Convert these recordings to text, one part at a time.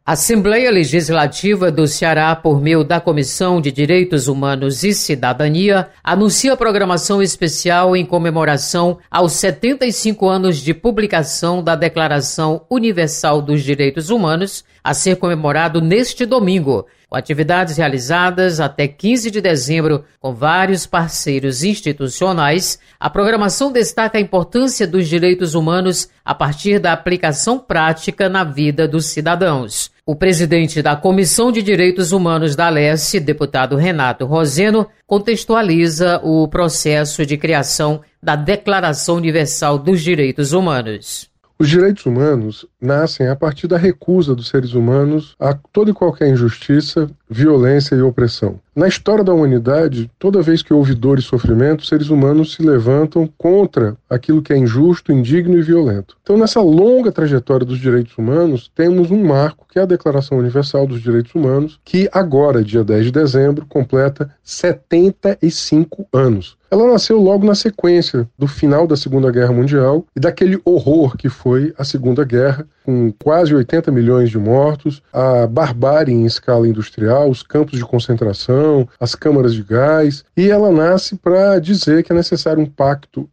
A Assembleia Legislativa do Ceará, por meio da Comissão de Direitos Humanos e Cidadania, anuncia a programação especial em comemoração aos 75 anos de publicação da Declaração Universal dos Direitos Humanos, a ser comemorado neste domingo, com atividades realizadas até 15 de dezembro com vários parceiros institucionais. A programação destaca a importância dos direitos humanos a partir da aplicação prática na vida dos cidadãos. O presidente da Comissão de Direitos Humanos da Alesse, deputado Renato Roseno, contextualiza o processo de criação da Declaração Universal dos Direitos Humanos. Os direitos humanos nascem a partir da recusa dos seres humanos a toda e qualquer injustiça, violência e opressão. Na história da humanidade, toda vez que houve dor e sofrimento, os seres humanos se levantam contra aquilo que é injusto, indigno e violento. Então, nessa longa trajetória dos direitos humanos, temos um marco, que é a Declaração Universal dos Direitos Humanos, que agora, dia 10 de dezembro, completa 75 anos. Ela nasceu logo na sequência do final da Segunda Guerra Mundial e daquele horror que foi a Segunda Guerra, com quase 80 milhões de mortos, a barbárie em escala industrial, os campos de concentração, as câmaras de gás, e ela nasce para dizer que é necessário um pacto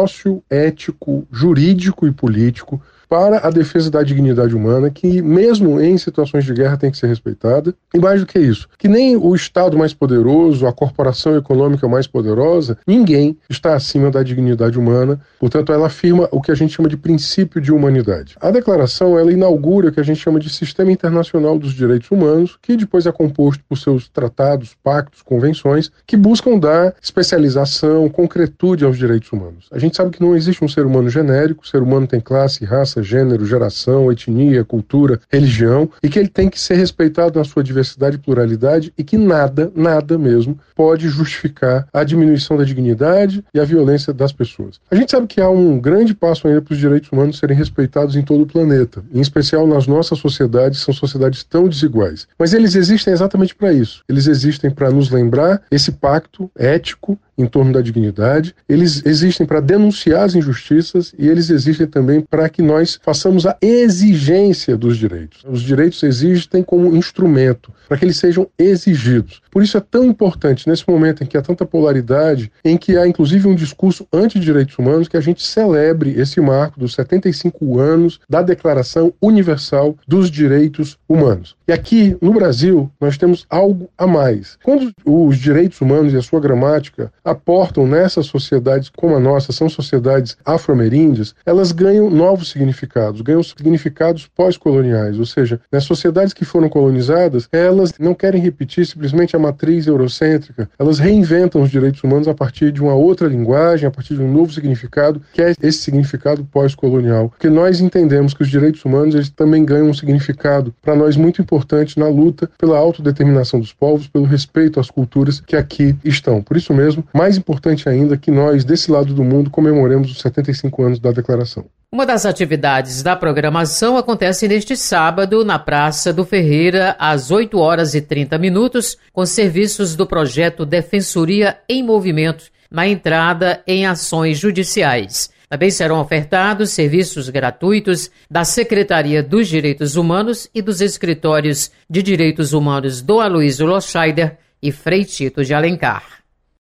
socioético, jurídico e político para a defesa da dignidade humana, que mesmo em situações de guerra tem que ser respeitada. E mais do que isso, que nem o Estado mais poderoso, a corporação econômica mais poderosa, ninguém está acima da dignidade humana. Portanto, ela afirma o que a gente chama de princípio de humanidade. A declaração, ela inaugura o que a gente chama de Sistema Internacional dos Direitos Humanos, que depois é composto por seus tratados, pactos, convenções, que buscam dar especialização, concretude aos direitos humanos. A gente sabe que não existe um ser humano genérico, o ser humano tem classe, raça, gênero, geração, etnia, cultura, religião, e que ele tem que ser respeitado na sua diversidade e pluralidade, e que nada mesmo, pode justificar a diminuição da dignidade e a violência das pessoas. A gente sabe que há um grande passo ainda para os direitos humanos serem respeitados em todo o planeta, em especial nas nossas sociedades, são sociedades tão desiguais. Mas eles existem exatamente para isso. Eles existem para nos lembrar esse pacto ético em torno da dignidade, eles existem para denunciar as injustiças e eles existem também para que nós façamos a exigência dos direitos. Os direitos existem como instrumento, para que eles sejam exigidos. Por isso é tão importante, nesse momento em que há tanta polaridade, em que há inclusive um discurso anti-direitos humanos, que a gente celebre esse marco dos 75 anos da Declaração Universal dos Direitos Humanos. E aqui, no Brasil, nós temos algo a mais. Quando os direitos humanos e a sua gramática aportam nessas sociedades como a nossa, são sociedades afro-ameríndias, elas ganham novos significados, ganham significados pós-coloniais, ou seja, nas sociedades que foram colonizadas, elas não querem repetir simplesmente a matriz eurocêntrica, elas reinventam os direitos humanos a partir de uma outra linguagem, a partir de um novo significado, que é esse significado pós-colonial, porque nós entendemos que os direitos humanos eles também ganham um significado para nós muito importante na luta pela autodeterminação dos povos, pelo respeito às culturas que aqui estão. Por isso mesmo, mais importante ainda que nós, desse lado do mundo, comemoremos os 75 anos da Declaração. Uma das atividades da programação acontece neste sábado na Praça do Ferreira, às 8h30, com serviços do projeto Defensoria em Movimento, na entrada em ações judiciais. Também serão ofertados serviços gratuitos da Secretaria dos Direitos Humanos e dos Escritórios de Direitos Humanos do Aloysio Loscheider e Frei Tito de Alencar.